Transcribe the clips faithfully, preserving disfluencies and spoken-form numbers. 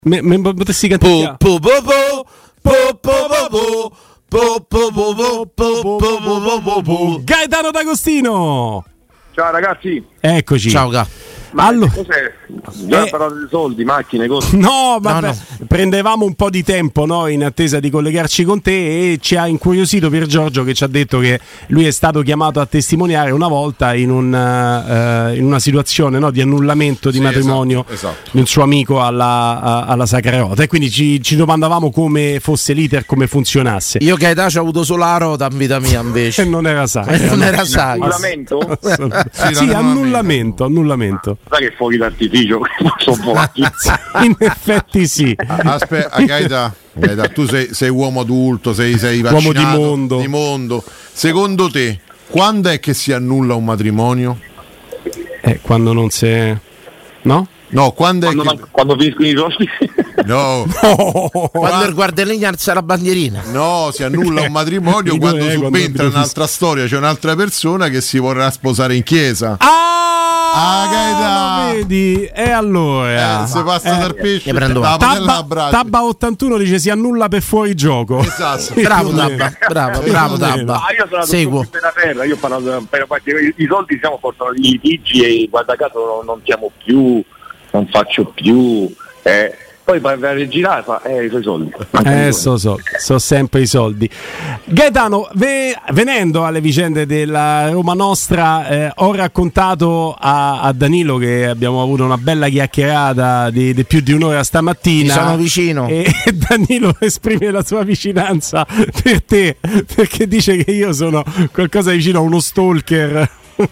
Me, me potessi cantare? Po, po, po, po, po, po, po, po, po, po, po, po, po, po. Gaetano D'Agostino. Ciao ragazzi. Eccoci. Ciao Ga. Ma Allora, cos'è? Già eh, parlato di soldi, macchine, cose. No, vabbè, No, prendevamo un po' di tempo noi in attesa di collegarci con te e ci ha incuriosito Pier Giorgio che ci ha detto che lui è stato chiamato a testimoniare una volta in, un, uh, in una situazione, no, di annullamento di Sì, matrimonio esatto, esatto. di un suo amico alla, a, alla Sacra Rota, e quindi ci, ci domandavamo come fosse l'iter, come funzionasse. Io Gaetano ci ho avuto solo la rota in vita mia invece. E non era sacra. Non era sacro. Annullamento? Sì, sì, annullamento, annullamento. Sai che fuochi d'artificio sono volati. In effetti sì. Aspetta, Gaeta, Gaeta, tu sei, sei uomo adulto, sei, sei Uomo vaccinato, di mondo. di mondo. Secondo te, quando è che si annulla un matrimonio? Eh, quando non si... No? No, quando è Quando, che... man- quando finiscono i soldi. No, Quando il guardialigna alza la bandierina. no, si annulla un matrimonio Dico, quando eh, quando subentra abito un'altra storia, c'è un'altra persona che si vorrà sposare in chiesa. Ah, Ah, Gaeta! lo vedi? E allora? Eh, se passa Eh, dal pesce, ne prendo la una. padella alla Tabba, braccia. Tabba ottantuno dice si annulla per fuori gioco. Esatto. Bravo Più o meno. Tabba, bravo, Eh, bravo più o meno. Tabba. Ah, io sono Seguo. andato per la terra, io ho parlato per i, i soldi siamo portano i litigi e guarda caso non, non siamo più, non faccio più. Eh. Poi vai a rigirare e fa eh i suoi soldi. Eh, so, so, so sempre i soldi. Gaetano, ve- venendo alle vicende della Roma Nostra, eh, ho raccontato a, a Danilo che abbiamo avuto una bella chiacchierata di, di più di un'ora stamattina. Ti sono vicino. E Danilo esprime la sua vicinanza per te, perché dice che io sono qualcosa vicino a uno stalker.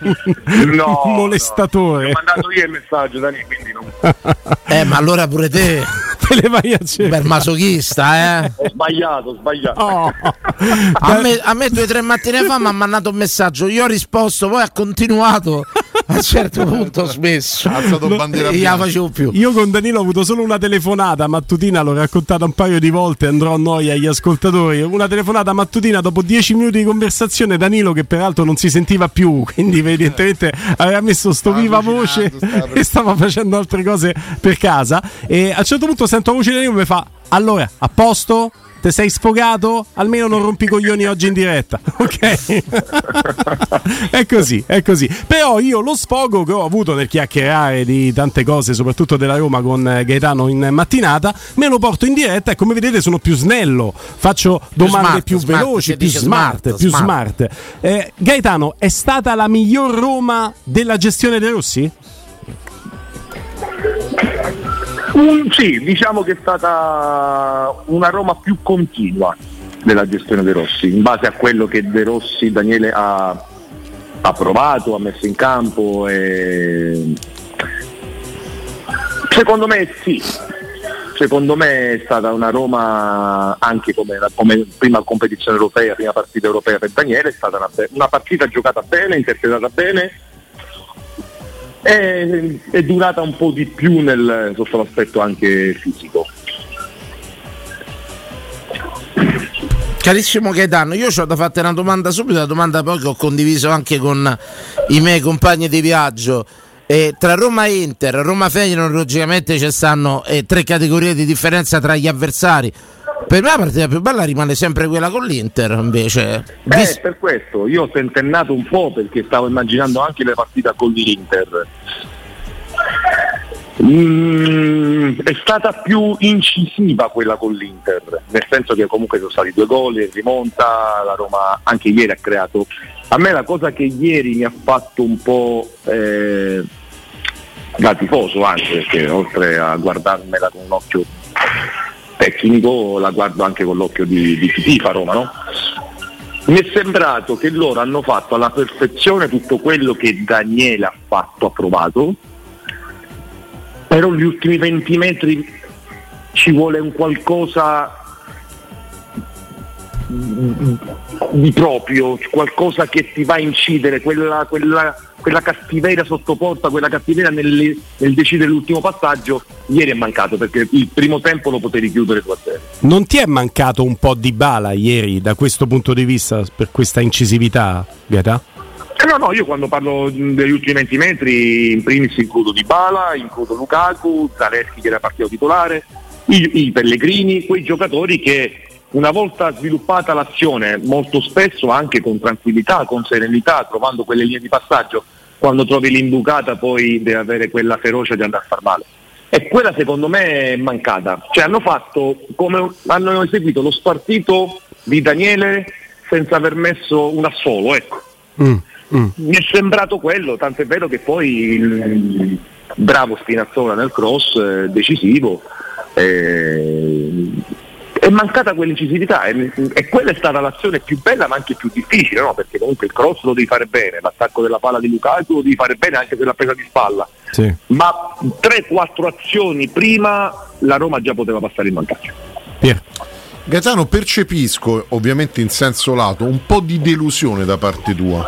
No, un molestatore. no. Ho mandato io il messaggio da lì, quindi non Eh, ma allora pure te, Te le vai a cercare. per masochista, eh. ho sbagliato, ho sbagliato. Oh. A me, a me due o tre mattine fa mi ha mandato un messaggio, io ho risposto, poi ha continuato. A un certo punto ho smesso. Ha alzato bandiera E io la bianca. facevo più. Io con Danilo ho avuto solo una telefonata mattutina, l'ho raccontata un paio di volte, andrò a noi agli ascoltatori. Una telefonata mattutina dopo dieci minuti di conversazione, Danilo che peraltro non si sentiva più, quindi evidentemente aveva messo sto Stava viva cucinando, voce stava- e stava facendo altre cose per casa. E a un certo punto sento la voce di Danilo che mi fa: allora, a posto? Te sei sfogato? Almeno non rompi i coglioni oggi in diretta, ok? È così, è così. Però io lo sfogo che ho avuto nel chiacchierare di tante cose, soprattutto della Roma con Gaetano in mattinata, me lo porto in diretta e come vedete sono più snello, faccio domande smart, più smart, veloci, si più dice smart, smart, più smart. smart. Eh, Gaetano, è stata la miglior Roma della gestione dei Rossi? Un- sì, diciamo che è stata una Roma più continua della gestione dei Rossi, in base a quello che De Rossi Daniele ha, ha provato, ha messo in campo e... secondo me sì, secondo me è stata una Roma anche come, come prima competizione europea, prima partita europea per Daniele, è stata una, be- una partita giocata bene, interpretata bene. È, è durata un po' di più nel, sotto l'aspetto anche fisico. Carissimo Gaetano, io ci ho da farti una domanda subito, una domanda poi che ho condiviso anche con i miei compagni di viaggio. Eh, tra Roma e Inter, Roma Feyenoord logicamente ci stanno eh, tre categorie di differenza tra gli avversari. Per me la partita più bella rimane sempre quella con l'Inter, invece. Vis- Eh, per questo io ho tentennato un po' perché stavo immaginando anche le partite con l'Inter. Mm, è stata più incisiva quella con l'Inter, nel senso che comunque sono stati due gol e rimonta, la Roma anche ieri ha creato. A me la cosa che ieri mi ha fatto un po' eh, da tifoso anche, perché oltre a guardarmela con un occhio tecnico la guardo anche con l'occhio di, di chi tifa Roma, no? Mi è sembrato che loro hanno fatto alla perfezione tutto quello che Daniele ha fatto, ha provato, però gli ultimi venti metri ci vuole un qualcosa di proprio, qualcosa che ti va a incidere, quella, quella, quella cattiveria sotto porta, quella cattiveria nel, nel decidere l'ultimo passaggio. Ieri è mancato perché il primo tempo lo potevi chiudere due a zero. Non ti è mancato un po' di bala ieri da questo punto di vista per questa incisività, Gaeta? Eh no, no, io quando parlo degli ultimi venti metri in primis includo Dybala, includo Lukaku, Zalewski che era partito titolare, i, i Pellegrini, quei giocatori che una volta sviluppata l'azione, molto spesso anche con tranquillità, con serenità, trovando quelle linee di passaggio, quando trovi l'imbucata poi deve avere quella ferocia di andare a far male. E quella secondo me è mancata, cioè hanno fatto come hanno eseguito lo spartito di Daniele senza aver messo un assolo, ecco. Mm, mm. Mi è sembrato quello, tant'è vero che poi il bravo Spinazzola nel cross eh, decisivo, eh, è mancata quell'incisività e, e quella è stata l'azione più bella ma anche più difficile, no? Perché comunque il cross lo devi fare bene, l'attacco della palla di Lukaku lo devi fare bene anche se l'ha presa di spalla, sì. Ma tre quattro azioni prima la Roma già poteva passare in vantaggio. Yeah. Gaetano, percepisco ovviamente in senso lato un po' di delusione da parte tua.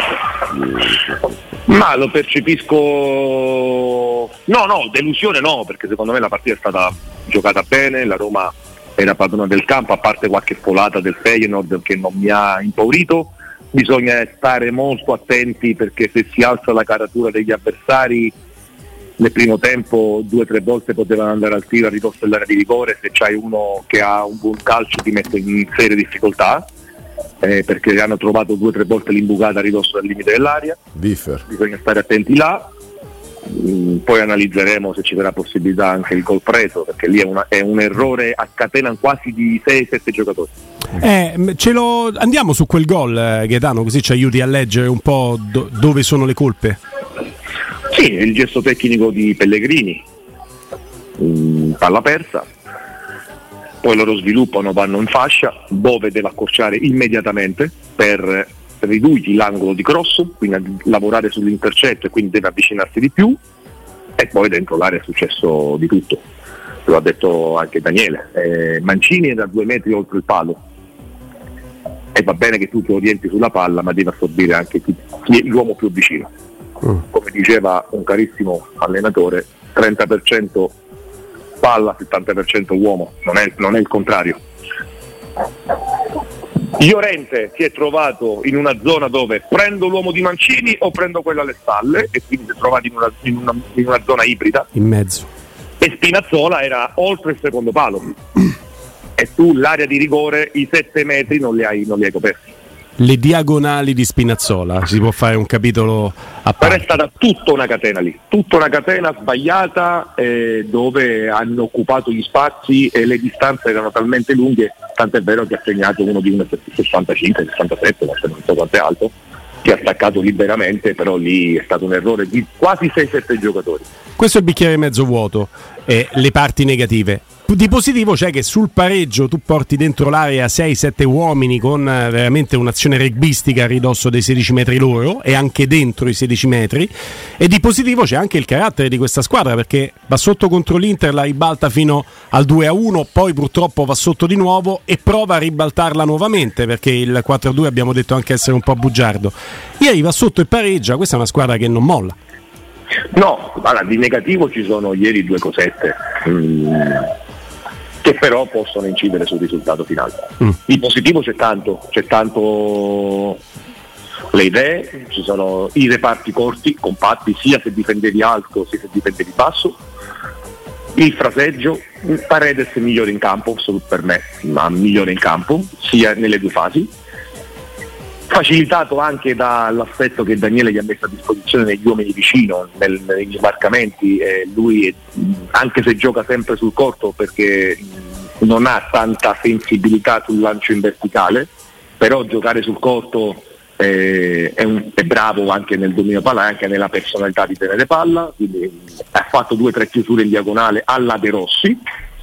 Ma lo percepisco, no no, delusione no, perché secondo me la partita è stata giocata bene, la Roma era padrona del campo, a parte qualche folata del Feyenoord che non mi ha impaurito. Bisogna stare molto attenti perché se si alza la caratura degli avversari nel primo tempo due o tre volte potevano andare al tiro a ridosso dell'area di rigore, se c'hai uno che ha un buon calcio ti mette in serie difficoltà, eh, perché hanno trovato due o tre volte l'imbucata a ridosso del limite dell'area. Differ. Bisogna stare attenti là. Poi analizzeremo se ci sarà possibilità anche il gol preso, perché lì è, una, è un errore a catena quasi di sei sette giocatori. Eh, ce lo andiamo su quel gol, eh, Gaetano, così ci aiuti a leggere un po' do- dove sono le colpe. Sì, il gesto tecnico di Pellegrini, mm, palla persa, poi loro sviluppano, vanno in fascia, Bove deve accorciare immediatamente per riduci l'angolo di cross, quindi lavorare sull'intercetto e quindi deve avvicinarsi di più, e poi dentro l'area è successo di tutto, lo ha detto anche Daniele, eh, Mancini è da due metri oltre il palo e va bene che tu ti orienti sulla palla, ma devi assorbire anche chi, chi è l'uomo più vicino. Mm. Come diceva un carissimo allenatore, trenta per cento palla, settanta per cento uomo, non è, non è il contrario. Llorente si è trovato in una zona dove prendo l'uomo di Mancini o prendo quello alle spalle, e quindi si è trovato in una, in una, in una zona ibrida in mezzo, e Spinazzola era oltre il secondo palo e tu l'area di rigore, i sette metri non li hai, non li hai coperti. Le diagonali di Spinazzola, si può fare un capitolo a parte. Però è stata tutta una catena lì, tutta una catena sbagliata, eh, dove hanno occupato gli spazi e le distanze erano talmente lunghe, tant'è vero che ha segnato uno di uno virgola sessantacinque sessantasette, non so quanto è alto, che ha staccato liberamente, però lì è stato un errore di quasi sei sette giocatori. Questo è il bicchiere mezzo vuoto, eh, le parti negative. Di positivo c'è che sul pareggio tu porti dentro l'area sei sette uomini con eh, veramente un'azione rugbistica a ridosso dei sedici metri loro e anche dentro i sedici metri, e di positivo c'è anche il carattere di questa squadra, perché va sotto contro l'Inter, la ribalta fino al due a uno, poi purtroppo va sotto di nuovo e prova a ribaltarla nuovamente, perché il quattro a due abbiamo detto anche essere un po' bugiardo. Ieri va sotto e pareggia, questa è una squadra che non molla. No, allora, di negativo ci sono ieri due cosette mm. che però possono incidere sul risultato finale. Mm. Di positivo c'è tanto, c'è tanto le idee, ci sono i reparti corti, compatti, sia se difendevi alto sia se difendevi basso, il fraseggio, Paredes è migliore in campo, solo per me, ma migliore in campo, sia nelle due fasi, facilitato anche dall'aspetto che Daniele gli ha messo a disposizione degli uomini vicino nel, negli sbarcamenti, e lui anche se gioca sempre sul corto perché non ha tanta sensibilità sul lancio in verticale, però giocare sul corto eh, è, un, è bravo anche nel dominio palla e anche nella personalità di tenere palla, quindi ha fatto due o tre chiusure in diagonale alla De Rossi.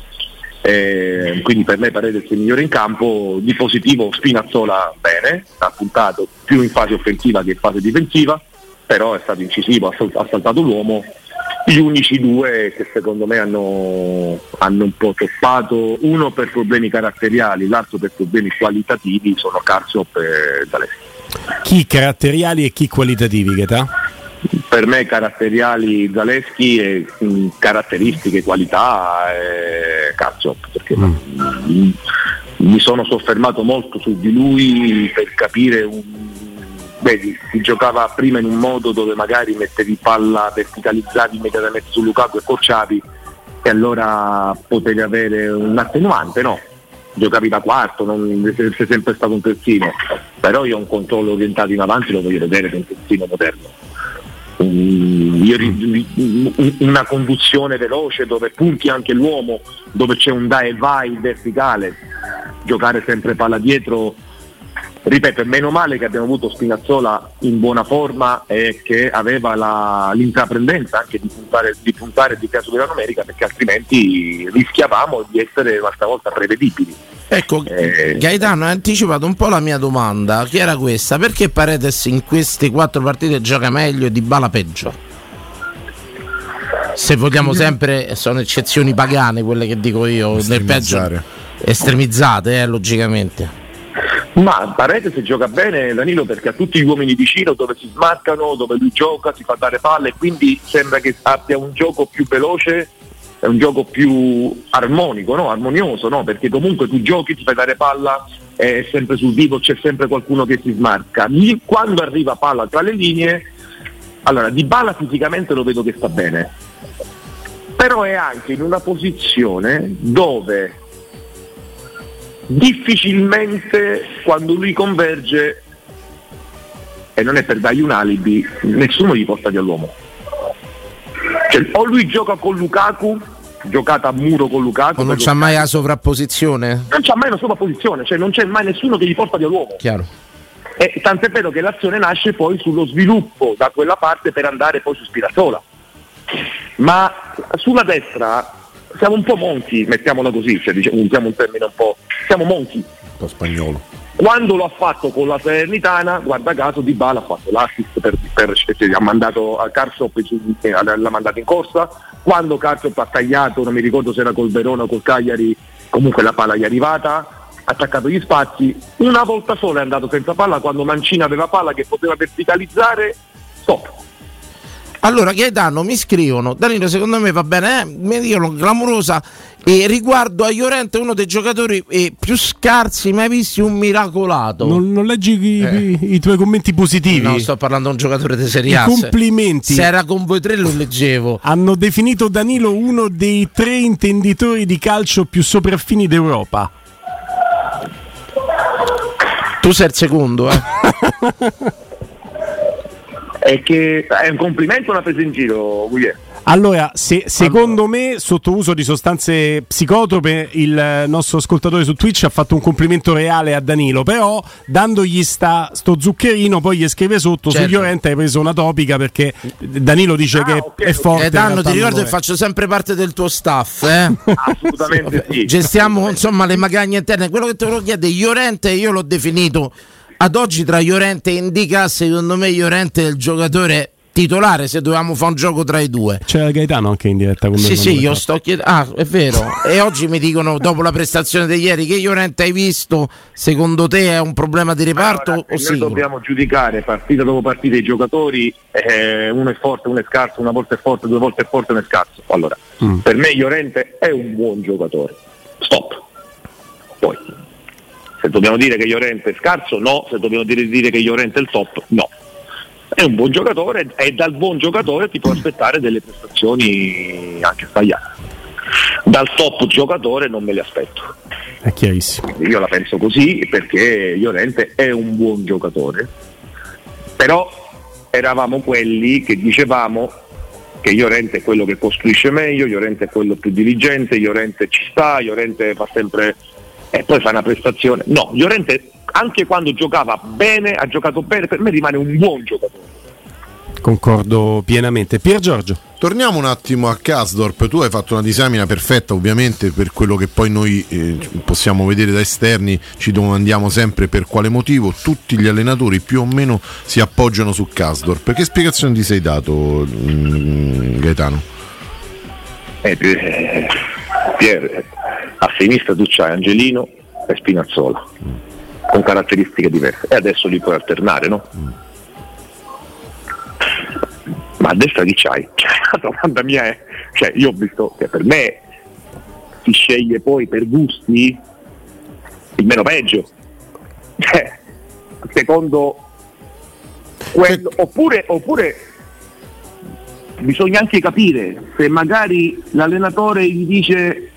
Eh, quindi per me Paredes è il migliore in campo. Di positivo Spinazzola bene, ha puntato più in fase offensiva che in fase difensiva, però è stato incisivo, ha, sal- ha saltato l'uomo. Gli unici due che secondo me hanno, hanno un po' toppato, uno per problemi caratteriali, l'altro per problemi qualitativi, sono Karsdorp e Zalewski. Chi caratteriali e chi qualitativi, Gaetà? Per me caratteriali Zalewski e mh, caratteristiche, qualità eh, Karsdorp, perché mm. mh, mi sono soffermato molto su di lui per capire un, vedi, si giocava prima in un modo dove magari mettevi palla, verticalizzavi immediatamente su Lukaku e accorciavi, e allora potevi avere un attenuante, no? Giocavi da quarto, non sei sempre stato un terzino, però io un controllo orientato in avanti lo voglio vedere per un terzino moderno. Um, io, una conduzione veloce dove punti anche l'uomo, dove c'è un dai e vai verticale, giocare sempre palla dietro. Ripeto, meno male che abbiamo avuto Spinazzola in buona forma e che aveva la, l'intraprendenza anche di puntare di puntare di caso della numerica, perché altrimenti rischiavamo di essere questa volta prevedibili. Ecco, eh, Gaetano ha anticipato un po' la mia domanda, che era questa: perché Paredes in queste quattro partite gioca meglio e Dybala peggio? Se vogliamo sempre, sono eccezioni pagane quelle che dico io, nel peggio estremizzate, eh, logicamente. Ma Paredes gioca bene, Danilo, perché ha tutti gli uomini vicino dove si smarcano, dove lui gioca, si fa dare palle, quindi sembra che abbia un gioco più veloce, è un gioco più armonico, no? Armonioso, no? Perché comunque tu giochi, ti fai dare palla, è sempre sul vivo, c'è sempre qualcuno che si smarca. Lì, quando arriva palla tra le linee, allora Dybala fisicamente lo vedo che sta bene, però è anche in una posizione dove difficilmente, quando lui converge, e non è per dargli un alibi, nessuno gli porta via l'uomo. Cioè, o lui gioca con Lukaku, giocata a muro con Lukaku, o non c'ha mai la sovrapposizione? Non c'ha mai una sovrapposizione, cioè non c'è mai nessuno che gli porta via l'uomo. Chiaro. E tant'è vero che l'azione nasce poi sullo sviluppo da quella parte per andare poi su Spinazzola. Ma sulla destra siamo un po' monchi, mettiamola così, cioè diciamo, usiamo un termine un po', siamo monchi. Un po' spagnolo. Quando lo ha fatto con la Salernitana, guarda caso Dybala ha fatto l'assist per, per, per ha mandato a Karsdorp, l'ha mandato in corsa. Quando Karsdorp ha tagliato, non mi ricordo se era col Verona o col Cagliari, comunque la palla gli è arrivata, ha attaccato gli spazi. Una volta sola è andato senza palla, quando Mancini aveva palla che poteva verticalizzare, stop. Allora Gaetano, mi scrivono: Danilo, secondo me va bene, eh? mi dicono clamorosa, e riguardo a Llorente, uno dei giocatori eh, più scarsi mai visti, un miracolato. Non, non leggi i, eh. i, i tuoi commenti positivi? No, sto parlando di un giocatore di Serie A. Complimenti. Se era con voi tre lo leggevo. Hanno definito Danilo uno dei tre intenditori di calcio più sopraffini d'Europa. Tu sei il secondo, eh? È che è un complimento o una presa in giro, Guglielmo? Allora, se, secondo me, sotto uso di sostanze psicotrope, il nostro ascoltatore su Twitch ha fatto un complimento reale a Danilo, però dandogli sta, sto zuccherino, poi gli scrive sotto, certo. Su Llorente hai preso una topica, perché Danilo dice ah, che okay, è forte. Gaetano, ti ricordo che faccio sempre parte del tuo staff, eh? Assolutamente sì, sì. Gestiamo insomma le magagne interne. Quello che te lo chiede, Llorente, io l'ho definito ad oggi tra Llorente e Indica, secondo me Llorente è il giocatore titolare se dovevamo fare un gioco tra i due. C'era Gaetano anche in diretta con me. Sì, sì, io sto chiedendo. Ah, è vero. E oggi mi dicono, dopo la prestazione di ieri, che Llorente hai visto, secondo te è un problema di reparto? Allora, o noi dobbiamo giudicare partita dopo partita i giocatori, eh, uno è forte, uno è scarso, una volta è forte, due volte è forte, uno è scarso. Allora, mm. per me Llorente è un buon giocatore. Stop. Poi se dobbiamo dire che Llorente è scarso, no. Se dobbiamo dire, dire che Llorente è il top, no. È un buon giocatore e dal buon giocatore ti può aspettare delle prestazioni anche sbagliate. Dal top giocatore non me le aspetto. È chiarissimo. Io la penso così perché Llorente è un buon giocatore, però eravamo quelli che dicevamo che Llorente è quello che costruisce meglio, Llorente è quello più diligente, Llorente ci sta, Llorente fa sempre e poi fa una prestazione. No, Llorente anche quando giocava bene, ha giocato bene, per me rimane un buon giocatore. Concordo pienamente. Pier Giorgio. Torniamo un attimo a Karsdorp. Tu hai fatto una disamina perfetta, ovviamente, per quello che poi noi eh, possiamo vedere da esterni. Ci domandiamo sempre per quale motivo tutti gli allenatori più o meno si appoggiano su Karsdorp. Che spiegazione ti sei dato, mh, Gaetano? Eh, eh, Pier, a sinistra tu c'hai Angelino e Spinazzola con caratteristiche diverse e adesso li puoi alternare, no? Mm. Ma a destra chi c'hai? Cioè, la domanda mia è, cioè io ho visto che per me si sceglie poi per gusti il meno peggio, cioè, secondo quello, oppure, oppure bisogna anche capire se magari l'allenatore gli dice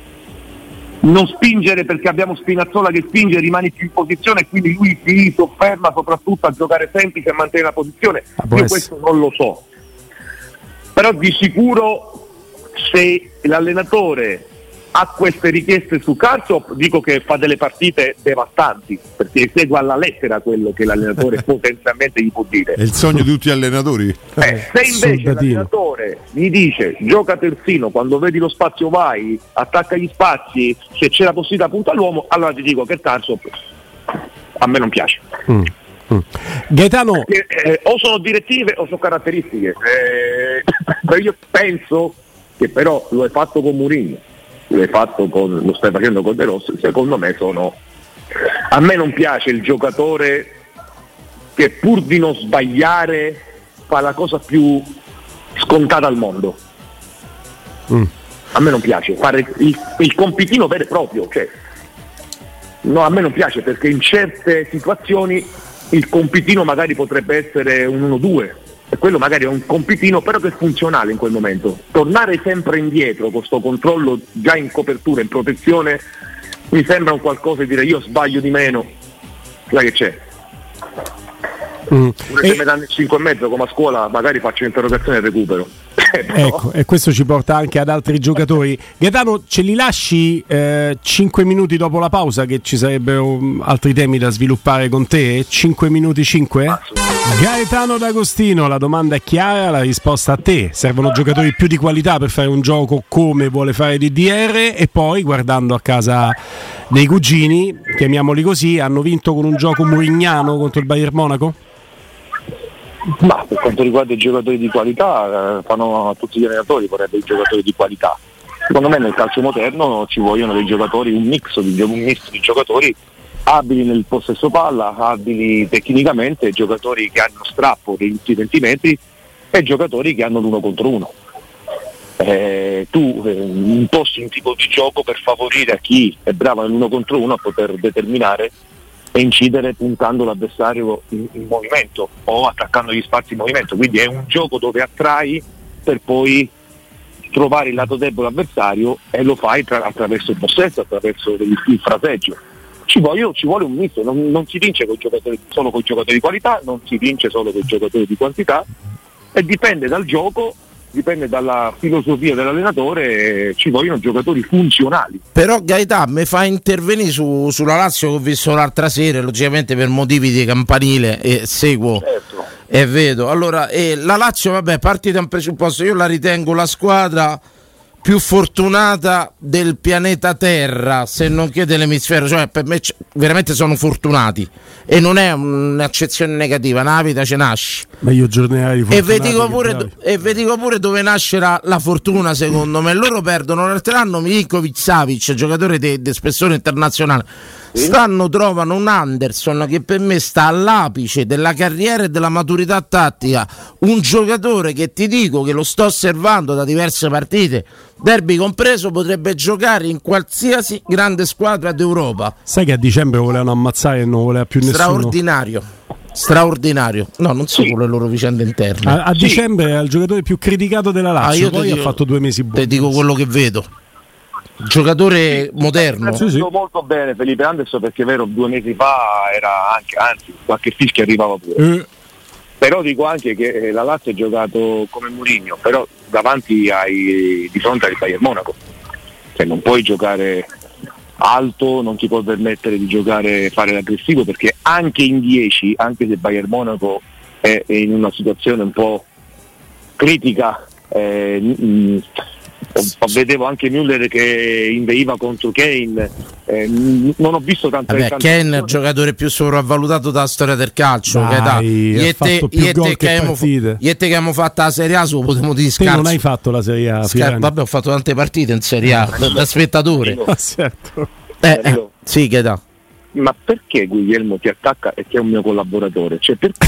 non spingere perché abbiamo Spinazzola che spinge, rimani più in posizione e quindi lui si sofferma soprattutto a giocare semplice e a mantenere la posizione. Io questo non lo so, però di sicuro se l'allenatore ha queste richieste su Karsdorp, dico che fa delle partite devastanti perché segue alla lettera quello che l'allenatore potenzialmente gli può dire. È il sogno di tutti gli allenatori. Eh, se invece l'allenatore gli dice gioca terzino, quando vedi lo spazio vai, attacca gli spazi, se c'è la possibilità punta all'uomo, allora ti dico che Karsdorp a me non piace. Mm. Mm. Gaetano, eh, eh, o sono direttive o sono caratteristiche. Eh, io penso che però lo hai fatto con Mourinho, lo hai fatto con, lo stai facendo con De Rossi, secondo me sono, a me non piace il giocatore che pur di non sbagliare fa la cosa più scontata al mondo. Mm. A me non piace fare il, il compitino vero e proprio, cioè, no, a me non piace perché in certe situazioni il compitino magari potrebbe essere un uno due e quello magari è un compitino però che è funzionale in quel momento. Tornare sempre indietro con questo controllo già in copertura, in protezione, mi sembra un qualcosa di dire io sbaglio di meno, sai che c'è? Mm. Pure se e... mi danno il cinque e mezzo come a scuola magari faccio interrogazione e recupero. Ecco, e questo ci porta anche ad altri giocatori. Gaetano, ce li lasci eh, cinque minuti dopo la pausa, che ci sarebbero um, altri temi da sviluppare con te? cinque minuti cinque? Gaetano D'Agostino, la domanda è chiara, la risposta a te. Servono giocatori più di qualità per fare un gioco come vuole fare D D R, e poi guardando a casa dei cugini, chiamiamoli così, hanno vinto con un gioco murignano contro il Bayern Monaco? Ma per quanto riguarda i giocatori di qualità, eh, fanno tutti gli allenatori, vorrebbe i giocatori di qualità. Secondo me nel calcio moderno ci vogliono dei giocatori, un mix di, un mix di giocatori abili nel possesso palla, abili tecnicamente, giocatori che hanno strappo dei venti metri e giocatori che hanno l'uno contro uno. Eh, tu eh, imposti un tipo di gioco per favorire a chi è bravo nell'uno contro uno a poter determinare e incidere puntando l'avversario in, in movimento o attaccando gli spazi in movimento, quindi è un gioco dove attrai per poi trovare il lato debole avversario e lo fai tra, attraverso il possesso, attraverso il, il fraseggio. Ci, voglio, ci vuole un misto, non, non si vince con giocatori, solo con i giocatori di qualità, non si vince solo con i giocatori di quantità, e dipende dal gioco, dipende dalla filosofia dell'allenatore, ci vogliono giocatori funzionali. Però Gaetano mi fa intervenire su, sulla Lazio che ho visto l'altra sera, logicamente per motivi di campanile, e seguo, certo. E vedo. Allora, eh, la Lazio, vabbè, parti da un presupposto, io la ritengo la squadra più fortunata del pianeta Terra, se non che dell'emisfero, cioè per me c- veramente sono fortunati e non è un'accezione negativa, nella vita ce nasce. Ma io giornali e vi dico pure, do- e vi dico pure dove nasce la, la fortuna, secondo me. Loro perdono l'altro anno Milinkovic-Savic, giocatore di spessore internazionale. Stanno trovano un Anderson che per me sta all'apice della carriera e della maturità tattica, un giocatore che ti dico che lo sto osservando da diverse partite, derby compreso, potrebbe giocare in qualsiasi grande squadra d'Europa. Sai che a dicembre volevano ammazzare e non voleva più nessuno? Straordinario, straordinario. No, non so sì. con le loro vicende interne. A, a sì. dicembre è il giocatore più criticato della Lazio, ah, poi dico, ha fatto due mesi buoni. Ti dico quello che vedo. Giocatore moderno. Sì, sì. Molto bene Felipe Anderson, perché è vero, due mesi fa era anche, anzi qualche fischio arrivava pure. Eh. Però dico anche che la Lazio ha giocato come Mourinho, però davanti ai, di fronte al Bayern Monaco, cioè non puoi giocare alto, non ti puoi permettere di giocare, fare l'aggressivo, perché anche in dieci, anche se il Bayern Monaco è in una situazione un po' critica, eh, mh, vedevo anche Müller che inveiva contro Kane, eh, non ho visto tante, Vabbè, tante Kane è il giocatore più sopravvalutato della storia del calcio. Dai, che ha fatto più gol che partite. Io e te che abbiamo fatto la Serie A, su potremmo dire scarso. Te non hai fatto la Serie A, Scar- Vabbè, ho fatto tante partite in Serie A da, da spettatore. Ah, certo. eh, eh, sì, che da. Ma perché Guglielmo ti attacca e che è un mio collaboratore? Cioè perché?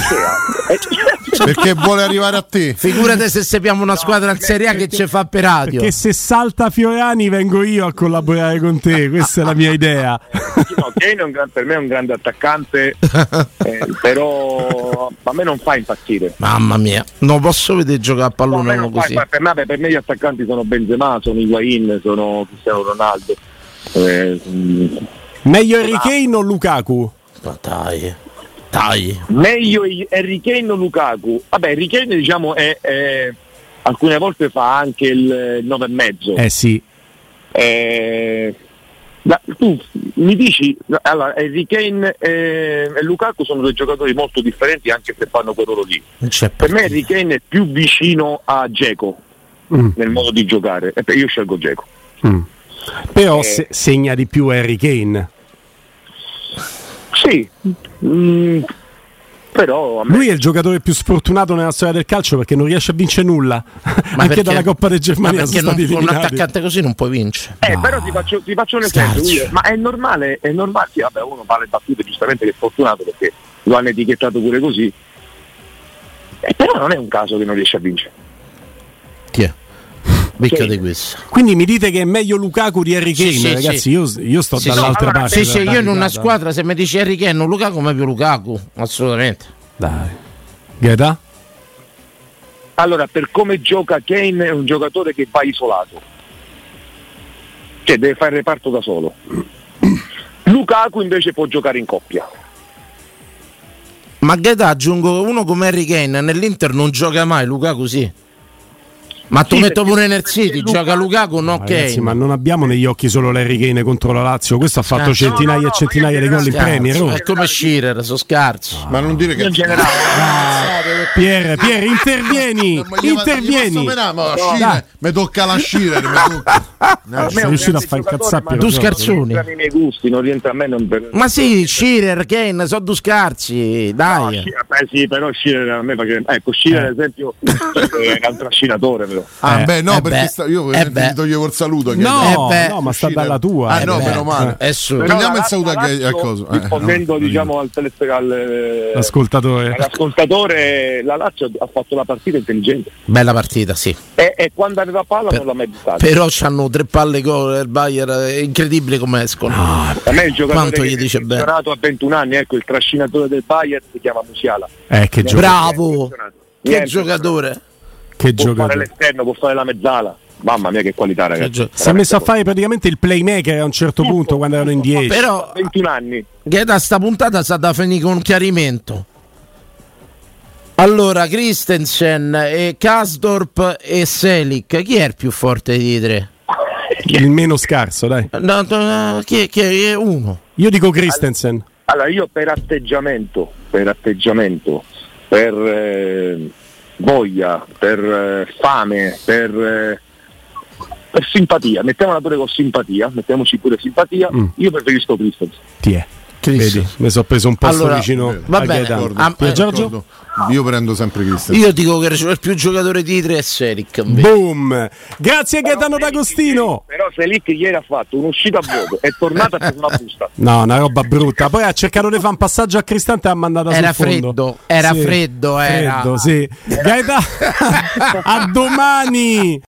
Perché vuole arrivare a te. Figurate se sappiamo una squadra in Serie A che ci fa per radio. Perché se salta Fiorani vengo io a collaborare con te, questa è la mia idea. no, Kane è un gran, per me è un grande attaccante, eh, però a me non fa impazzire. Mamma mia, non posso vedere giocare a pallone no, uno così. Fa, per, me, per me gli attaccanti sono Benzema, sono Higuain, sono Cristiano Ronaldo. Eh, Meglio Harry Kane o Lukaku? Ma dai, dai. Meglio Harry Kane o Lukaku? Vabbè, Harry Kane diciamo è, è alcune volte fa anche il nove e mezzo. Eh sì. Eh, da, tu mi dici, allora Harry Kane e, e Lukaku sono due giocatori molto differenti anche se fanno quel ruolo lì. Per me Harry Kane è più vicino a Dzeko mm. nel modo di giocare, e io scelgo Dzeko. Mm. Però eh, se, segna di più Harry Kane. Sì, mm, però a me... lui è il giocatore più sfortunato nella storia del calcio perché non riesce a vincere nulla. Ma anche perché, dalla Coppa di Germania sono non, stati con un eliminati. attaccante così non puoi vincere. Eh, no. Però ti faccio, ti faccio un esempio, ma è normale, è normale, sì, vabbè, uno fa le battute giustamente che è fortunato perché lo hanno etichettato pure così. Eh, però non è un caso che non riesce a vincere. Chi è? Becca Sì. di questo. Quindi mi dite che è meglio Lukaku di Harry Kane, Sì, sì, ragazzi? sì. Io, io sto Sì, dall'altra no, allora, parte. Sì, sì, della io in una barricata. squadra se mi dici Harry Kane o Lukaku, meglio Lukaku, assolutamente. Dai. Gaeta? Allora, per come gioca Kane è un giocatore che va isolato, cioè deve fare il reparto da solo. Lukaku invece può giocare in coppia. Ma Gaeta, aggiungo uno come Harry Kane, nell'Inter non gioca mai, Lukaku sì. Ma tu Sì, metto perché- pure nel City, perché gioca Lukaku, no Ragazzi, Kane. ma non abbiamo negli occhi solo l'Harry Kane contro la Lazio. Questo ha fatto No, centinaia no, no, e centinaia ma di io gol in generale- Premier. Scarso, oh. è come Schirer, sono scarso. Ma non dire che In generale. Pier, Pier, intervieni! Ma gli- intervieni! gli posso menare, ma No, Schirer, dai. mi tocca la Schirer, mi tocca. No, sei riuscito a far incazzare Piero Tu Giorgio. scarzoni. Non rientra nei miei gusti, non rientra a me. Non per... Ma sì, Schirer, Kane, sono due scarsi, No, dai. Schi- beh, sì, però Schirer a me faceva... Ecco, Schirer ad esempio è un trascinatore però. Ah, Eh, beh, no, eh perché beh, sta- io per eh esempio beh. gli toglievo il saluto. che- No, Eh beh, no, ma sta Schirer. dalla tua. Ah, eh. no, beh. meno male. È su. Però Togliamo la- il saluto la a che- Lazio, a cosa? Eh, rispondendo no. diciamo al, telespe- al Ascoltatore. all'ascoltatore, la Lazio ha fatto la partita intelligente Bella partita, sì. e, e quando aveva palla Per- non l'ha mai buttata. Però c'hanno tre palle gol il Bayern, è incredibile come escono. A me il giocatore Quanto che gli è dice bene. funzionato a ventuno anni, ecco, il trascinatore del Bayern si chiama Musiala. Eh, che, gio- Bravo! Che Niente, giocatore! che può fare giocatore. l'esterno, può fare la mezzala. Mamma mia che qualità, Che ragazzi. gio- Si è messo a fare praticamente il playmaker a un certo punto quando erano in dieci. Però ventuno anni. Gaeta, sta puntata sa da finire con un chiarimento. Allora, Christensen, e Kasdorp e Selic, chi è il più forte dei tre? Il meno scarso, dai. No, no, chi, è, chi è uno? Io dico Christensen. Allora io per atteggiamento, per atteggiamento, per eh, voglia, per eh, fame, per, eh, per simpatia, mettiamola pure con simpatia, mettiamoci pure simpatia, Mm. io preferisco Christensen. Ti è. Cristo. Vedi, mi sono preso un posto Allora, vicino va a bene. Gaetano. Ah, Pier eh, Giorgio? D'accordo. Io prendo sempre Cristian. Io dico che il più giocatore di tre è Selic. Boom! Grazie a Gaetano Però D'Agostino. Però Selic ieri ha fatto un'uscita a vuoto, è tornata per una busta. No, una roba brutta. Poi ha cercato di fare un passaggio a Cristante e ha mandato Era sul fondo. freddo, era Sì, freddo, era. freddo, sì. Gaetano, a domani.